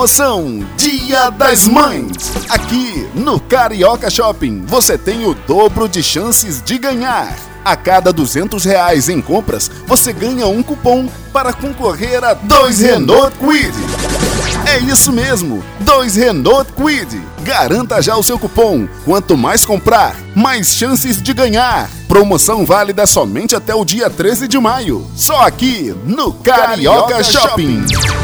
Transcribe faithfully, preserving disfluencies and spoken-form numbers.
Promoção Dia das Mães. Aqui no Carioca Shopping você tem o dobro de chances de ganhar. A cada duzentos reais em compras, você ganha um cupom para concorrer a dois Renault Kwid. É isso mesmo, dois Renault Kwid. Garanta já o seu cupom. Quanto mais comprar, mais chances de ganhar. Promoção válida somente até o dia treze de maio. Só aqui no Carioca, Carioca Shopping. Shopping.